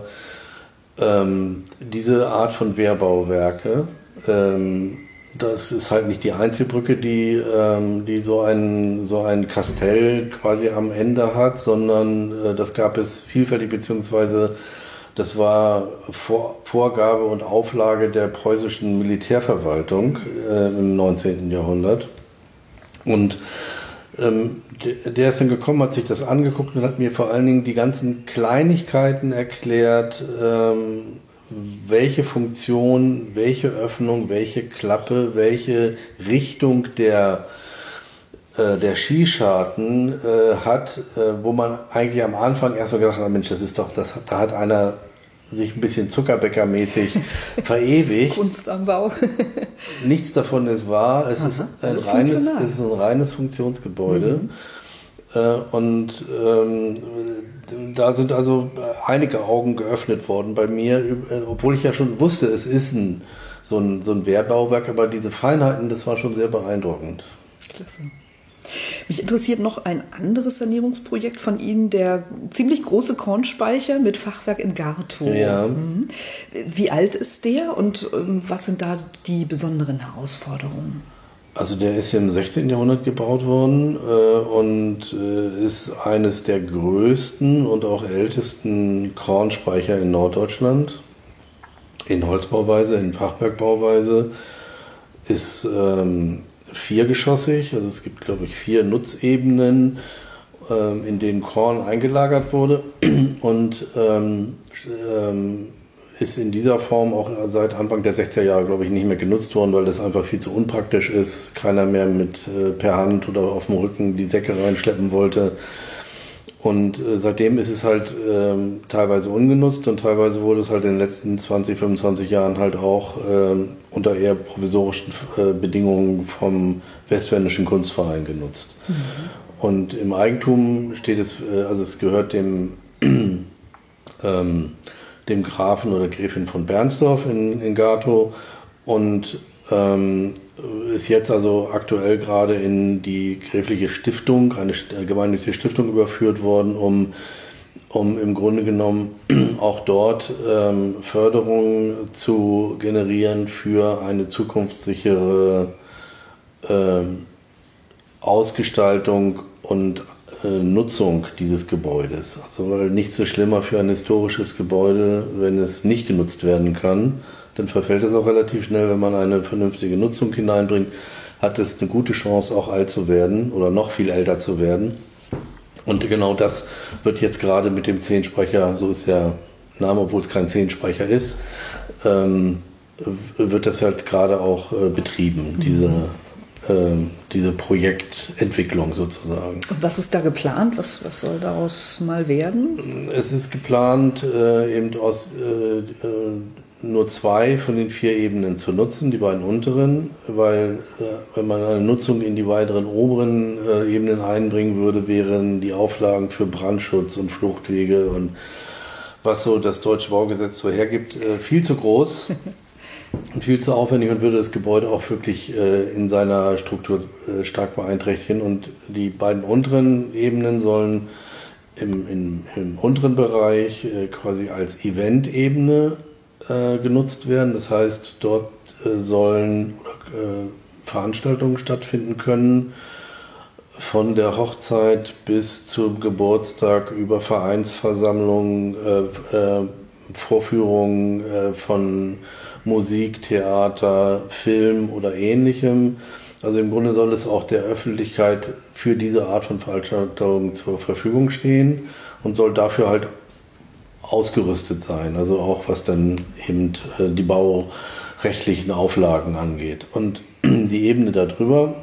diese Art von Wehrbauwerke. Das ist halt nicht die einzige Brücke, die so ein Kastell quasi am Ende hat, sondern das gab es vielfältig, beziehungsweise das war Vorgabe und Auflage der preußischen Militärverwaltung im 19. Jahrhundert. Und der ist dann gekommen, hat sich das angeguckt und hat mir vor allen Dingen die ganzen Kleinigkeiten erklärt, welche Funktion, welche Öffnung, welche Klappe, welche Richtung der Skischarten hat, wo man eigentlich am Anfang erstmal gedacht hat, Mensch, da hat einer sich ein bisschen zuckerbäckermäßig verewigt. Kunst am Bau. Nichts davon ist wahr. Es ist ein reines Funktionsgebäude. Und da sind also einige Augen geöffnet worden bei mir, obwohl ich ja schon wusste, es ist so ein Wehrbauwerk, aber diese Feinheiten, das war schon sehr beeindruckend. Klasse. Mich interessiert noch ein anderes Sanierungsprojekt von Ihnen, der ziemlich große Kornspeicher mit Fachwerk in Gartow. Ja. Wie alt ist der und was sind da die besonderen Herausforderungen? Also der ist ja im 16. Jahrhundert gebaut worden und ist eines der größten und auch ältesten Kornspeicher in Norddeutschland. In Holzbauweise, in Fachwerkbauweise. Ist viergeschossig, also es gibt, glaube ich, 4 Nutzebenen, in denen Korn eingelagert wurde und ist in dieser Form auch seit Anfang der 60er Jahre, glaube ich, nicht mehr genutzt worden, weil das einfach viel zu unpraktisch ist. Keiner mehr mit per Hand oder auf dem Rücken die Säcke reinschleppen wollte. Und seitdem ist es halt teilweise ungenutzt und teilweise wurde es halt in den letzten 20, 25 Jahren halt auch unter eher provisorischen Bedingungen vom Westfälischen Kunstverein genutzt. Und im Eigentum steht es, also es gehört dem Grafen oder Gräfin von Bernsdorf in Gartow und ist jetzt also aktuell gerade in die gräfliche Stiftung, eine gemeinnützige Stiftung überführt worden, um im Grunde genommen auch dort Förderung zu generieren für eine zukunftssichere Ausgestaltung und Nutzung dieses Gebäudes. Also weil nichts so schlimmer für ein historisches Gebäude, wenn es nicht genutzt werden kann, dann verfällt es auch relativ schnell. Wenn man eine vernünftige Nutzung hineinbringt, hat es eine gute Chance, auch alt zu werden oder noch viel älter zu werden. Und genau das wird jetzt gerade mit dem Zehnspeicher, so ist der Name, obwohl es kein Zehnspeicher ist, wird das halt gerade auch betrieben, diese Projektentwicklung sozusagen. Und was ist da geplant? Was soll daraus mal werden? Es ist geplant, eben aus nur 2 von den 4 Ebenen zu nutzen, die beiden unteren, weil wenn man eine Nutzung in die weiteren oberen Ebenen einbringen würde, wären die Auflagen für Brandschutz und Fluchtwege und was so das Deutsche Baugesetz so hergibt, viel zu groß. Und viel zu aufwendig und würde das Gebäude auch wirklich in seiner Struktur stark beeinträchtigen. Und die beiden unteren Ebenen sollen im unteren Bereich quasi als Event-Ebene genutzt werden. Das heißt, dort sollen Veranstaltungen stattfinden können, von der Hochzeit bis zum Geburtstag über Vereinsversammlungen, Vorführungen von Musik, Theater, Film oder Ähnlichem. Also im Grunde soll es auch der Öffentlichkeit für diese Art von Veranstaltungen zur Verfügung stehen und soll dafür halt ausgerüstet sein, also auch was dann eben die baurechtlichen Auflagen angeht. Und die Ebene darüber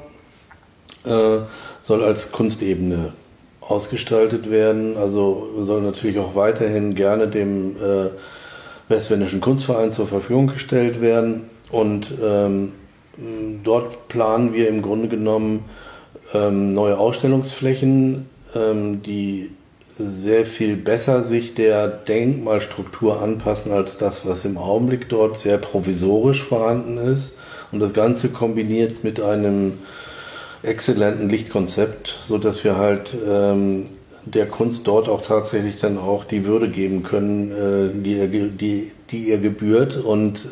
soll als Kunstebene ausgestaltet werden, also soll natürlich auch weiterhin gerne dem Westfälischen Kunstverein zur Verfügung gestellt werden und dort planen wir im Grunde genommen neue Ausstellungsflächen, die sehr viel besser sich der Denkmalstruktur anpassen als das, was im Augenblick dort sehr provisorisch vorhanden ist. Und das Ganze kombiniert mit einem exzellenten Lichtkonzept, sodass wir halt der Kunst dort auch tatsächlich dann auch die Würde geben können, die ihr gebührt und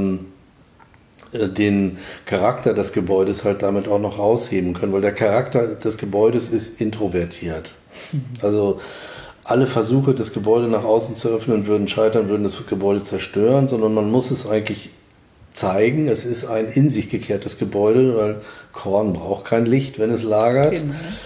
den Charakter des Gebäudes halt damit auch noch rausheben können, weil der Charakter des Gebäudes ist introvertiert. Also alle Versuche, das Gebäude nach außen zu öffnen, würden scheitern, würden das Gebäude zerstören, sondern man muss es eigentlich zeigen. Es ist ein in sich gekehrtes Gebäude, weil Korn braucht kein Licht, wenn es lagert.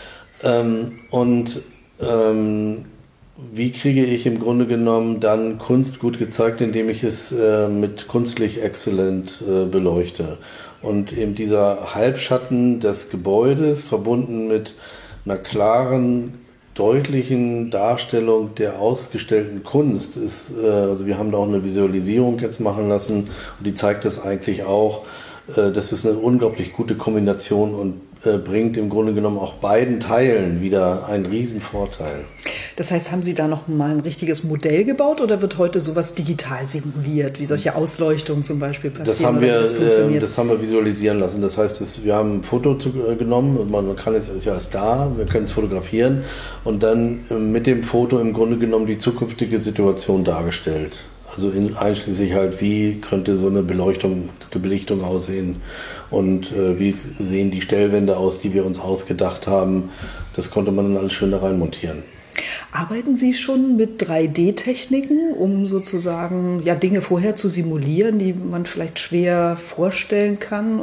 Genau. Wie kriege ich im Grunde genommen dann Kunst gut gezeigt, indem ich es mit Kunstlicht exzellent beleuchte. Und eben dieser Halbschatten des Gebäudes verbunden mit einer klaren, deutlichen Darstellung der ausgestellten Kunst ist, also wir haben da auch eine Visualisierung jetzt machen lassen und die zeigt das eigentlich auch. Das ist eine unglaublich gute Kombination und bringt im Grunde genommen auch beiden Teilen wieder einen riesen Vorteil. Das heißt, haben Sie da noch mal ein richtiges Modell gebaut oder wird heute sowas digital simuliert, wie solche Ausleuchtungen zum Beispiel passieren? Das haben wir visualisieren lassen. Das heißt, wir haben ein Foto genommen und man kann es ja als da, wir können es fotografieren und dann mit dem Foto im Grunde genommen die zukünftige Situation dargestellt. Also einschließlich halt, wie könnte so eine Belichtung aussehen und wie sehen die Stellwände aus, die wir uns ausgedacht haben. Das konnte man dann alles schön da reinmontieren. Arbeiten Sie schon mit 3D-Techniken, um sozusagen Dinge vorher zu simulieren, die man vielleicht schwer vorstellen kann?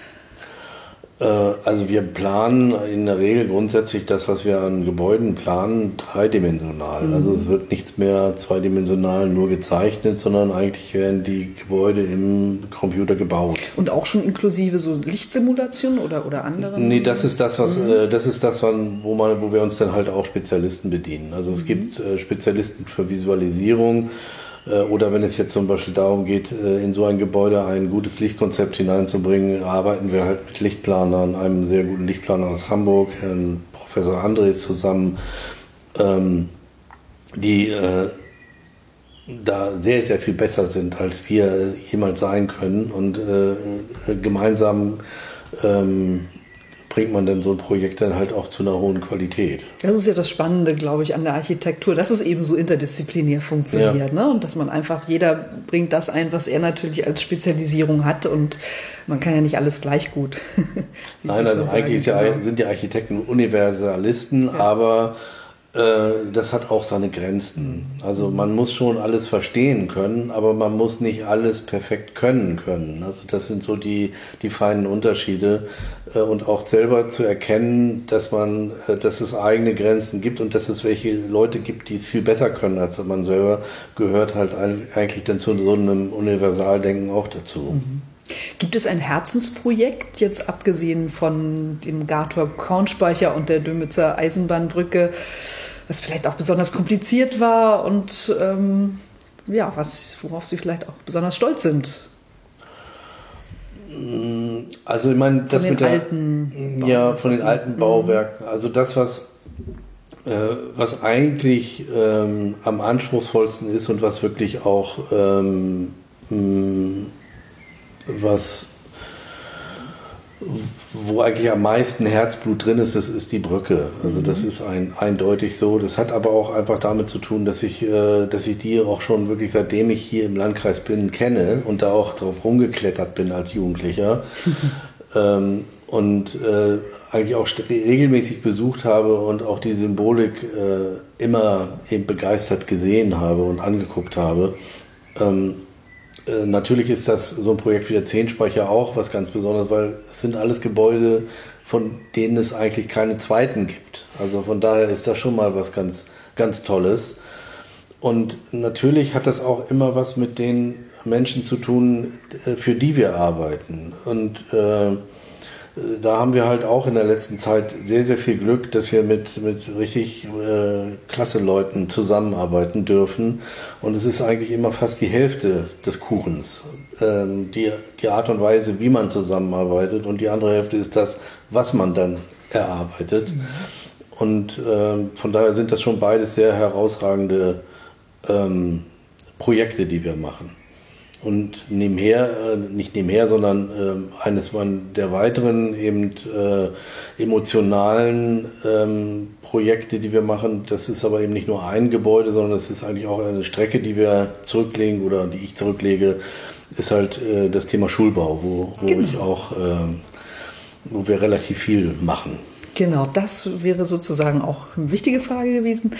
Also wir planen in der Regel grundsätzlich das, was wir an Gebäuden planen, dreidimensional. Mhm. Also es wird nichts mehr zweidimensional nur gezeichnet, sondern eigentlich werden die Gebäude im Computer gebaut. Und auch schon inklusive so Lichtsimulationen oder anderen? Nee, das ist das, wo wir uns dann halt auch Spezialisten bedienen. Also es gibt Spezialisten für Visualisierung. Oder wenn es jetzt zum Beispiel darum geht, in so ein Gebäude ein gutes Lichtkonzept hineinzubringen, arbeiten wir halt mit Lichtplanern, einem sehr guten Lichtplaner aus Hamburg, Herrn Professor Andres zusammen, die da sehr, sehr viel besser sind, als wir jemals sein können. Und gemeinsam bringt man dann so ein Projekt dann halt auch zu einer hohen Qualität. Das ist ja das Spannende, glaube ich, an der Architektur, dass es eben so interdisziplinär funktioniert, ja. Ne? Und dass man einfach, jeder bringt das ein, was er natürlich als Spezialisierung hat und man kann ja nicht alles gleich gut. Nein, also eigentlich sind die Architekten Universalisten, ja. Aber das hat auch seine Grenzen. Also man muss schon alles verstehen können, aber man muss nicht alles perfekt können. Also das sind so die feinen Unterschiede und auch selber zu erkennen, dass es eigene Grenzen gibt und dass es welche Leute gibt, die es viel besser können als man selber, gehört halt eigentlich dann zu so einem Universaldenken auch dazu. Mhm. Gibt es ein Herzensprojekt, jetzt abgesehen von dem Gartorp-Kornspeicher und der Dömitzer Eisenbahnbrücke, was vielleicht auch besonders kompliziert war und worauf Sie vielleicht auch besonders stolz sind? Also ich meine, das mit von den alten Bauwerken. Also das, was eigentlich am anspruchsvollsten ist und was wirklich auch wo eigentlich am meisten Herzblut drin ist, das ist die Brücke. Also das ist eindeutig so. Das hat aber auch einfach damit zu tun, dass ich die auch schon wirklich, seitdem ich hier im Landkreis bin, kenne und da auch drauf rumgeklettert bin als Jugendlicher. Und eigentlich auch regelmäßig besucht habe und auch die Symbolik immer eben begeistert gesehen habe und angeguckt habe. Natürlich ist das so ein Projekt wie der Zehnspeicher auch was ganz Besonderes, weil es sind alles Gebäude, von denen es eigentlich keine zweiten gibt. Also von daher ist das schon mal was ganz, ganz Tolles. Und natürlich hat das auch immer was mit den Menschen zu tun, für die wir arbeiten. Und da haben wir halt auch in der letzten Zeit sehr, sehr viel Glück, dass wir mit richtig klasse Leuten zusammenarbeiten dürfen. Und es ist eigentlich immer fast die Hälfte des Kuchens, die Art und Weise, wie man zusammenarbeitet. Und die andere Hälfte ist das, was man dann erarbeitet. Mhm. Und von daher sind das schon beides sehr herausragende Projekte, die wir machen. Und sondern eines der weiteren eben emotionalen Projekte, die wir machen, das ist aber eben nicht nur ein Gebäude, sondern das ist eigentlich auch eine Strecke, die wir zurücklegen oder die ich zurücklege, ist halt das Thema Schulbau, wo wir relativ viel machen. Genau, das wäre sozusagen auch eine wichtige Frage gewesen.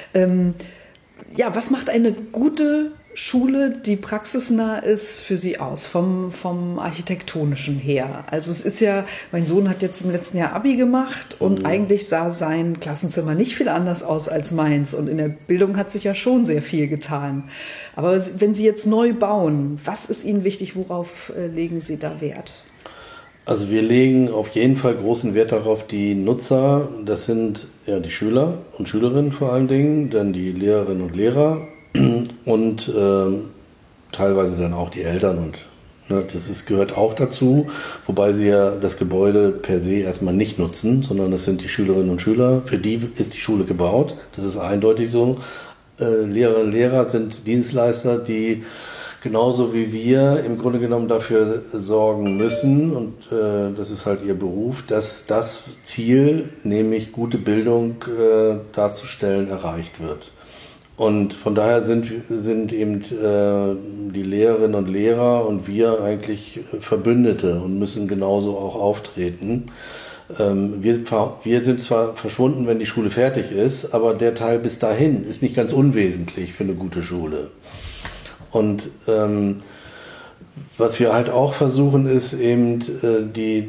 Was macht eine gute Schule, die praxisnah ist, für Sie aus, vom Architektonischen her? Also es ist ja, mein Sohn hat jetzt im letzten Jahr Abi gemacht und eigentlich sah sein Klassenzimmer nicht viel anders aus als meins und in der Bildung hat sich ja schon sehr viel getan. Aber wenn Sie jetzt neu bauen, was ist Ihnen wichtig, worauf legen Sie da Wert? Also wir legen auf jeden Fall großen Wert darauf, die Nutzer, das sind ja die Schüler und Schülerinnen vor allen Dingen, dann die Lehrerinnen und Lehrer und teilweise dann auch die Eltern und gehört auch dazu, wobei sie ja das Gebäude per se erstmal nicht nutzen, sondern das sind die Schülerinnen und Schüler, für die ist die Schule gebaut, das ist eindeutig so. Lehrerinnen und Lehrer sind Dienstleister, die genauso wie wir im Grunde genommen dafür sorgen müssen, und das ist halt ihr Beruf, dass das Ziel, nämlich gute Bildung darzustellen, erreicht wird. Und von daher sind eben die Lehrerinnen und Lehrer und wir eigentlich Verbündete und müssen genauso auch auftreten. Wir sind zwar verschwunden, wenn die Schule fertig ist, aber der Teil bis dahin ist nicht ganz unwesentlich für eine gute Schule. Und was wir halt auch versuchen, ist eben die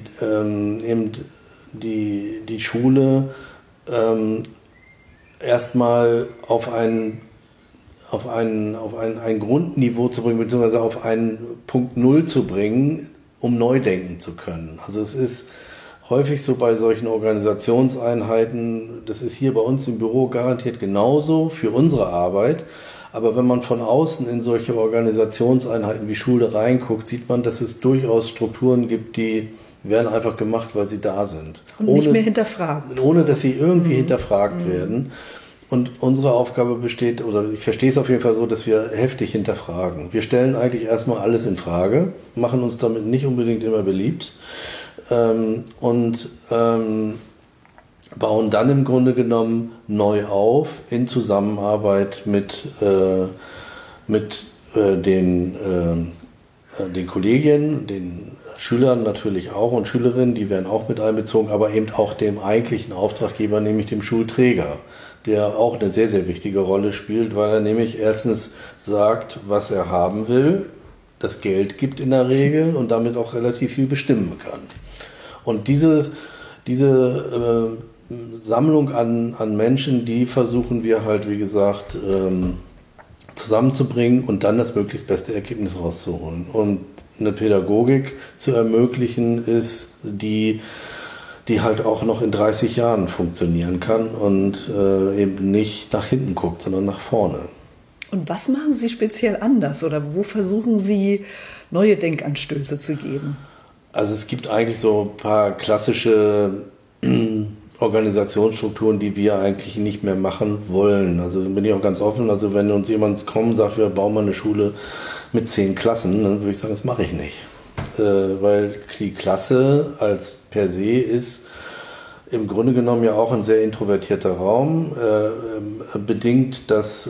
Schule erstmal auf ein Grundniveau zu bringen, beziehungsweise auf einen Punkt Null zu bringen, um neu denken zu können. Also es ist häufig so bei solchen Organisationseinheiten, das ist hier bei uns im Büro garantiert genauso für unsere Arbeit. Aber wenn man von außen in solche Organisationseinheiten wie Schule reinguckt, sieht man, dass es durchaus Strukturen gibt, die werden einfach gemacht, weil sie da sind. Und nicht mehr hinterfragt. Ohne, dass sie irgendwie hinterfragt werden. Und unsere Aufgabe besteht, oder ich verstehe es auf jeden Fall so, dass wir heftig hinterfragen. Wir stellen eigentlich erstmal alles in Frage, machen uns damit nicht unbedingt immer beliebt und bauen dann im Grunde genommen neu auf in Zusammenarbeit mit den Kollegien, den Schülern natürlich auch und Schülerinnen, die werden auch mit einbezogen, aber eben auch dem eigentlichen Auftraggeber, nämlich dem Schulträger, der auch eine sehr, sehr wichtige Rolle spielt, weil er nämlich erstens sagt, was er haben will, das Geld gibt in der Regel und damit auch relativ viel bestimmen kann. Und diese Sammlung an Menschen, die versuchen wir halt, wie gesagt, zusammenzubringen und dann das möglichst beste Ergebnis rauszuholen. Und eine Pädagogik zu ermöglichen ist, die halt auch noch in 30 Jahren funktionieren kann und eben nicht nach hinten guckt, sondern nach vorne. Und was machen Sie speziell anders oder wo versuchen Sie, neue Denkanstöße zu geben? Also es gibt eigentlich so ein paar klassische Organisationsstrukturen, die wir eigentlich nicht mehr machen wollen. Also da bin ich auch ganz offen. Also wenn uns jemand kommt und sagt, wir bauen mal eine Schule mit 10 Klassen, dann würde ich sagen, das mache ich nicht. Weil die Klasse als per se ist im Grunde genommen ja auch ein sehr introvertierter Raum, bedingt, dass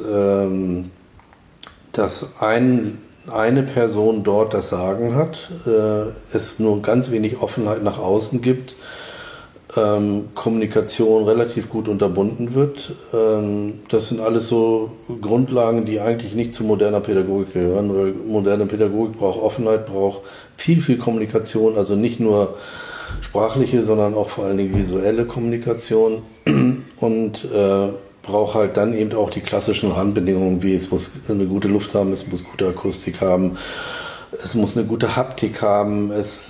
eine Person dort das Sagen hat, es nur ganz wenig Offenheit nach außen gibt, Kommunikation relativ gut unterbunden wird. Das sind alles so Grundlagen, die eigentlich nicht zu moderner Pädagogik gehören, weil moderne Pädagogik braucht Offenheit, braucht viel, viel Kommunikation, also nicht nur sprachliche, sondern auch vor allen Dingen visuelle Kommunikation und braucht halt dann eben auch die klassischen Randbedingungen, wie es muss eine gute Luft haben, es muss gute Akustik haben, es muss eine gute Haptik haben, es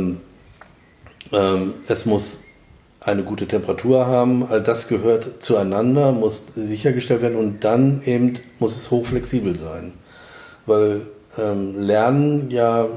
muss eine gute Temperatur haben, all das gehört zueinander, muss sichergestellt werden und dann eben muss es hochflexibel sein. Weil Lernen ja,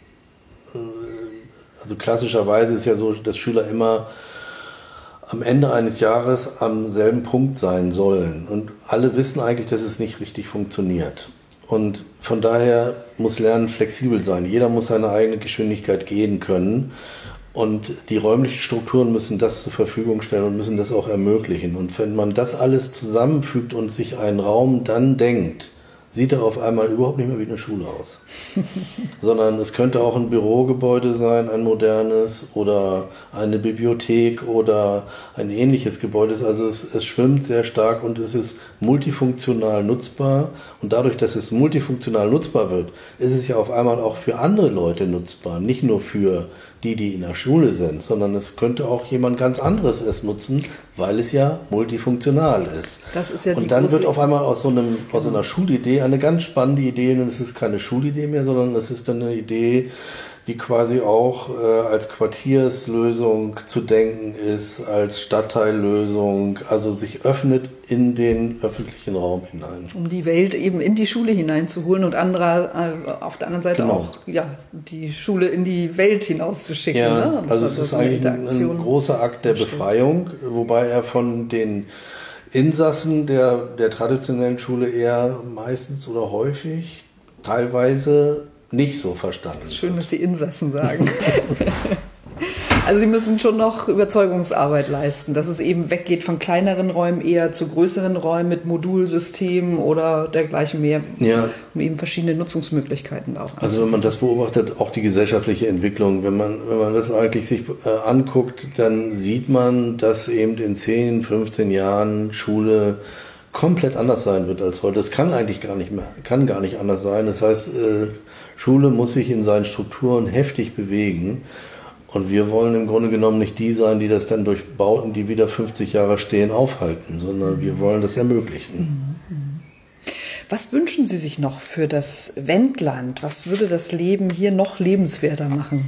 also klassischerweise ist ja so, dass Schüler immer am Ende eines Jahres am selben Punkt sein sollen. Und alle wissen eigentlich, dass es nicht richtig funktioniert. Und von daher muss Lernen flexibel sein. Jeder muss seine eigene Geschwindigkeit gehen können. Und die räumlichen Strukturen müssen das zur Verfügung stellen und müssen das auch ermöglichen. Und wenn man das alles zusammenfügt und sich einen Raum dann denkt, sieht er auf einmal überhaupt nicht mehr wie eine Schule aus. Sondern es könnte auch ein Bürogebäude sein, ein modernes oder eine Bibliothek oder ein ähnliches Gebäude. Also es schwimmt sehr stark und es ist multifunktional nutzbar. Und dadurch, dass es multifunktional nutzbar wird, ist es ja auf einmal auch für andere Leute nutzbar. Nicht nur für die in der Schule sind, sondern es könnte auch jemand ganz anderes es nutzen, weil es ja multifunktional ist. Das ist ja und dann wird auf einmal aus so einer Schulidee eine ganz spannende Idee, und es ist keine Schulidee mehr, sondern es ist dann eine Idee, die quasi auch als Quartierslösung zu denken ist, als Stadtteillösung, also sich öffnet in den öffentlichen Raum hinein. Um die Welt eben in die Schule hineinzuholen und auf der anderen Seite auch die Schule in die Welt hinauszuschicken. Ja, ne? also es ist eigentlich ein großer Akt der Befreiung, wobei er von den Insassen der traditionellen Schule eher meistens oder häufig teilweise nicht so verstanden. Schön, dass Sie Insassen sagen. Also Sie müssen schon noch Überzeugungsarbeit leisten, dass es eben weggeht von kleineren Räumen eher zu größeren Räumen mit Modulsystemen oder dergleichen mehr, um eben verschiedene Nutzungsmöglichkeiten auch. Also wenn man das beobachtet, auch die gesellschaftliche Entwicklung, wenn man das eigentlich sich anguckt, dann sieht man, dass eben in 10, 15 Jahren Schule komplett anders sein wird als heute. Das kann eigentlich gar nicht anders sein. Das heißt, Schule muss sich in seinen Strukturen heftig bewegen. Und wir wollen im Grunde genommen nicht die sein, die das dann durch Bauten, die wieder 50 Jahre stehen, aufhalten, sondern wir wollen das ermöglichen. Was wünschen Sie sich noch für das Wendland? Was würde das Leben hier noch lebenswerter machen?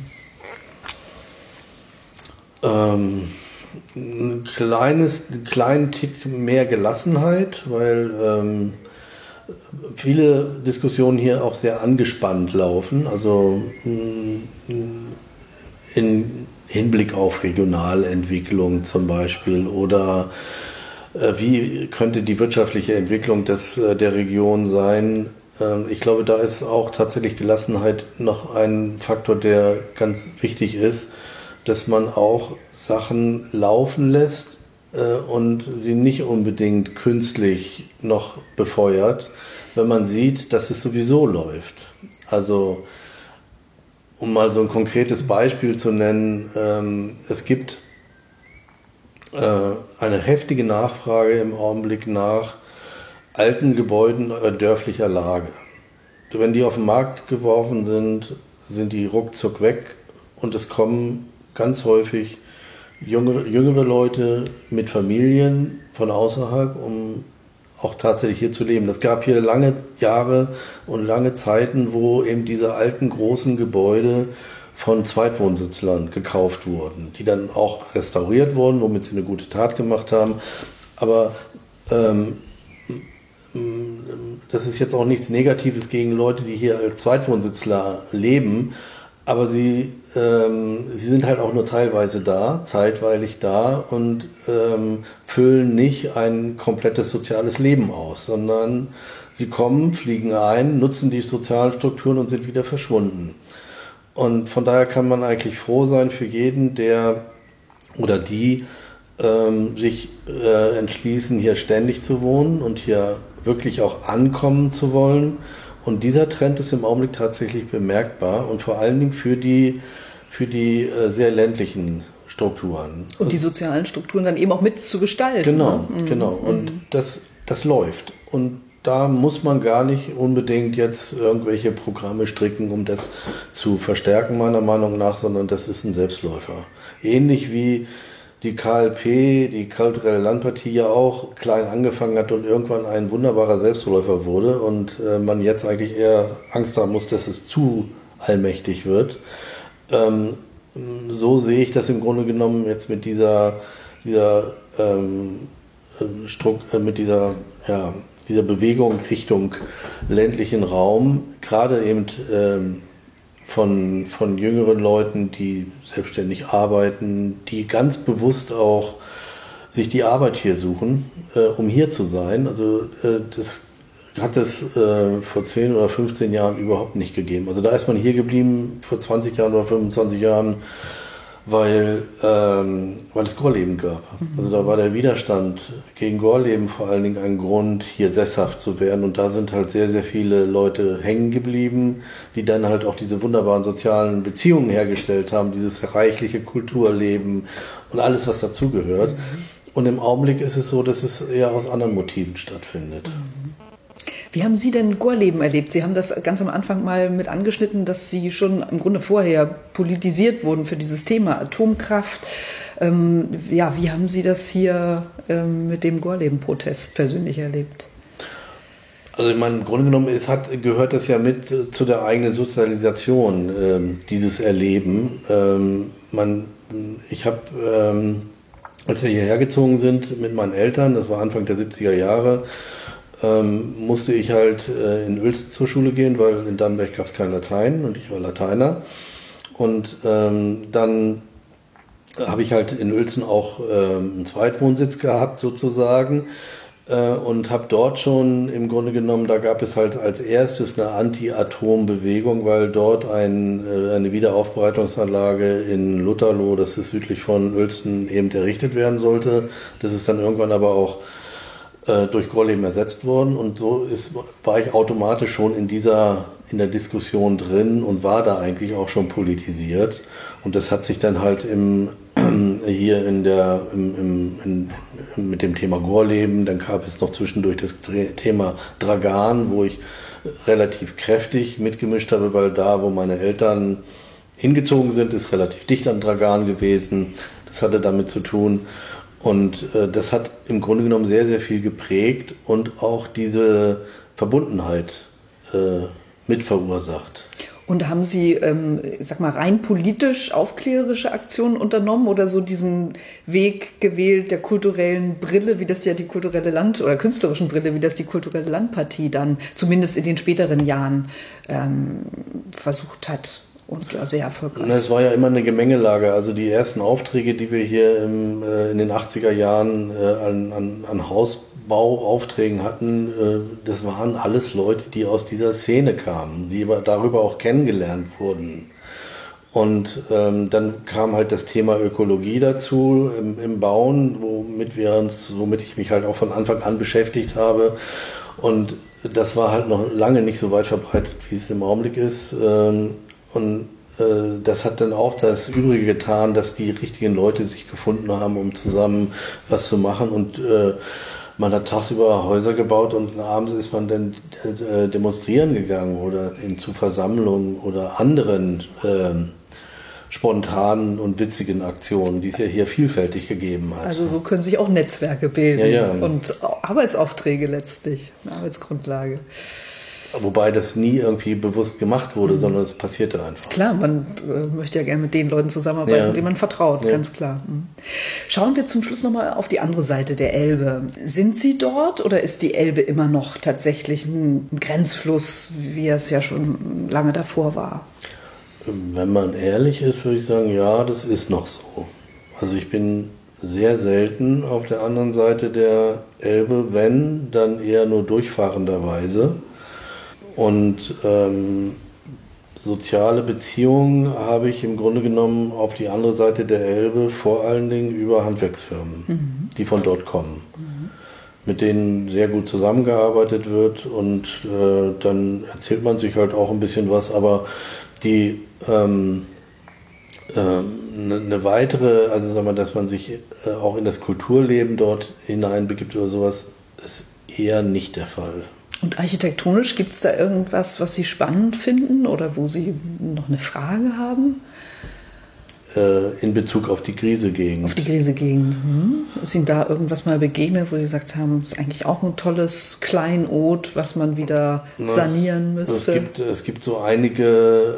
Einen kleinen Tick mehr Gelassenheit, weil viele Diskussionen hier auch sehr angespannt laufen. Also in Hinblick auf Regionalentwicklung zum Beispiel oder wie könnte die wirtschaftliche Entwicklung der Region sein. Ich glaube, da ist auch tatsächlich Gelassenheit noch ein Faktor, der ganz wichtig ist, dass man auch Sachen laufen lässt und sie nicht unbedingt künstlich noch befeuert, wenn man sieht, dass es sowieso läuft. Also um mal so ein konkretes Beispiel zu nennen, es gibt eine heftige Nachfrage im Augenblick nach alten Gebäuden dörflicher Lage. Wenn die auf den Markt geworfen sind, sind die ruckzuck weg und es kommen ganz häufig jüngere Leute mit Familien von außerhalb, um auch tatsächlich hier zu leben. Es gab hier lange Jahre und lange Zeiten, wo eben diese alten großen Gebäude von Zweitwohnsitzlern gekauft wurden, die dann auch restauriert wurden, womit sie eine gute Tat gemacht haben. Aber das ist jetzt auch nichts Negatives gegen Leute, die hier als Zweitwohnsitzler leben, aber sie sind halt auch nur teilweise da, zeitweilig da und füllen nicht ein komplettes soziales Leben aus, sondern sie kommen, fliegen ein, nutzen die sozialen Strukturen und sind wieder verschwunden. Und von daher kann man eigentlich froh sein für jeden, der oder die sich entschließen, hier ständig zu wohnen und hier wirklich auch ankommen zu wollen. Und dieser Trend ist im Augenblick tatsächlich bemerkbar und vor allen Dingen für die sehr ländlichen Strukturen. Und die sozialen Strukturen dann eben auch mit zu gestalten. Genau, ne? Genau. Und das läuft. Und da muss man gar nicht unbedingt jetzt irgendwelche Programme stricken, um das zu verstärken, meiner Meinung nach, sondern das ist ein Selbstläufer. Ähnlich wie die KLP, die kulturelle Landpartie, ja auch klein angefangen hat und irgendwann ein wunderbarer Selbstläufer wurde und man jetzt eigentlich eher Angst haben muss, dass es zu allmächtig wird. So sehe ich das im Grunde genommen jetzt mit dieser Bewegung Richtung ländlichen Raum, gerade eben von jüngeren Leuten, die selbstständig arbeiten, die ganz bewusst auch sich die Arbeit hier suchen, um hier zu sein. Also das hat es vor 10 oder 15 Jahren überhaupt nicht gegeben. Also da ist man hier geblieben vor 20 Jahren oder 25 Jahren, weil es Gorleben gab. Also da war der Widerstand gegen Gorleben vor allen Dingen ein Grund, hier sesshaft zu werden. Und da sind halt sehr, sehr viele Leute hängen geblieben, die dann halt auch diese wunderbaren sozialen Beziehungen hergestellt haben, dieses reichliche Kulturleben und alles, was dazugehört. Und im Augenblick ist es so, dass es eher aus anderen Motiven stattfindet. Wie haben Sie denn Gorleben erlebt? Sie haben das ganz am Anfang mal mit angeschnitten, dass Sie schon im Grunde vorher politisiert wurden für dieses Thema Atomkraft. Wie haben Sie das hier mit dem Gorleben-Protest persönlich erlebt? Also ich meine, im Grunde genommen gehört das ja mit zu der eigenen Sozialisation, dieses Erleben. Ich habe, als wir hierher gezogen sind mit meinen Eltern, das war Anfang der 70er Jahre, musste ich halt in Uelzen zur Schule gehen, weil in Dannenberg gab es kein Latein und ich war Lateiner. Und dann habe ich halt in Uelzen auch einen Zweitwohnsitz gehabt sozusagen. Und habe dort schon im Grunde genommen, da gab es halt als erstes eine Anti-Atom-Bewegung, weil dort eine Wiederaufbereitungsanlage in Lutherloh, das ist südlich von Uelzen, eben errichtet werden sollte. Das ist dann irgendwann aber auch durch Gorleben ersetzt worden und so war ich automatisch schon in der Diskussion drin und war da eigentlich auch schon politisiert. Und das hat sich dann halt mit dem Thema Gorleben, dann gab es noch zwischendurch das Thema Dragan, wo ich relativ kräftig mitgemischt habe, weil da, wo meine Eltern hingezogen sind, ist relativ dicht an Dragan gewesen. Das hatte damit zu tun. Und das hat im Grunde genommen sehr, sehr viel geprägt und auch diese Verbundenheit mit verursacht. Und haben Sie, sag mal, rein politisch aufklärerische Aktionen unternommen oder so diesen Weg gewählt der kulturellen Brille, wie das ja die kulturelle oder künstlerischen Brille, wie das die kulturelle Landpartie dann zumindest in den späteren Jahren versucht hat? Und sehr erfolgreich. Es war ja immer eine Gemengelage. Also die ersten Aufträge, die wir hier in den 80er Jahren an Hausbauaufträgen hatten, das waren alles Leute, die aus dieser Szene kamen, die darüber auch kennengelernt wurden. Und dann kam halt das Thema Ökologie dazu im Bauen, womit ich mich halt auch von Anfang an beschäftigt habe. Und das war halt noch lange nicht so weit verbreitet, wie es im Augenblick ist. Und das hat dann auch das Übrige getan, dass die richtigen Leute sich gefunden haben, um zusammen was zu machen. Und man hat tagsüber Häuser gebaut und abends ist man dann demonstrieren gegangen oder zu Versammlungen oder anderen spontanen und witzigen Aktionen, die es ja hier vielfältig gegeben hat. Also so können sich auch Netzwerke bilden ja. Und Arbeitsaufträge letztlich, eine Arbeitsgrundlage. Wobei das nie irgendwie bewusst gemacht wurde, sondern es passierte einfach. Klar, man möchte ja gerne mit den Leuten zusammenarbeiten, denen man vertraut, ganz klar. Schauen wir zum Schluss nochmal auf die andere Seite der Elbe. Sind Sie dort oder ist die Elbe immer noch tatsächlich ein Grenzfluss, wie es ja schon lange davor war? Wenn man ehrlich ist, würde ich sagen, ja, das ist noch so. Also ich bin sehr selten auf der anderen Seite der Elbe, wenn, dann eher nur durchfahrenderweise. Und soziale Beziehungen habe ich im Grunde genommen auf die andere Seite der Elbe vor allen Dingen über Handwerksfirmen, die von dort kommen, mit denen sehr gut zusammengearbeitet wird und dann erzählt man sich halt auch ein bisschen was, aber die eine weitere, also sagen wir, dass man sich auch in das Kulturleben dort hineinbegibt oder sowas, ist eher nicht der Fall. Und architektonisch, gibt es da irgendwas, was Sie spannend finden oder wo Sie noch eine Frage haben? In Bezug auf die Griese-Gegend. Auf die Griese-Gegend. Ist Ihnen da irgendwas mal begegnet, wo Sie gesagt haben, das ist eigentlich auch ein tolles Kleinod, was man wieder sanieren müsste? Es gibt so einige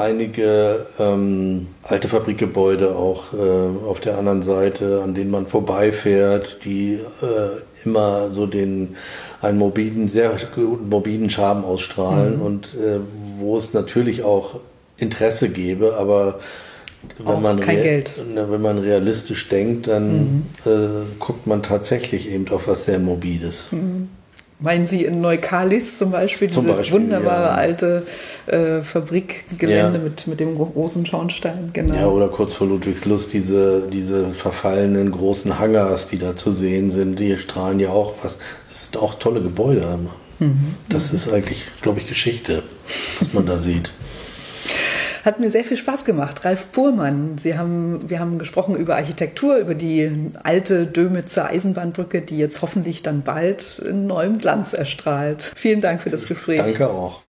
alte Fabrikgebäude auch auf der anderen Seite, an denen man vorbeifährt, die immer so einen sehr guten morbiden Charme ausstrahlen und wo es natürlich auch Interesse gäbe, aber wenn man realistisch denkt, dann guckt man tatsächlich eben auf was sehr Morbides. Meinen Sie in Neukalis zum Beispiel, wunderbare alte Fabrikgelände mit dem großen Schornstein? Genau. Ja, oder kurz vor Ludwigslust diese verfallenen großen Hangars, die da zu sehen sind, die strahlen ja auch was. Das sind auch tolle Gebäude. Das ist eigentlich, glaube ich, Geschichte, was man da sieht. Hat mir sehr viel Spaß gemacht. Ralf Pohlmann, wir haben gesprochen über Architektur, über die alte Dömitzer Eisenbahnbrücke, die jetzt hoffentlich dann bald in neuem Glanz erstrahlt. Vielen Dank für das Gespräch. Danke auch.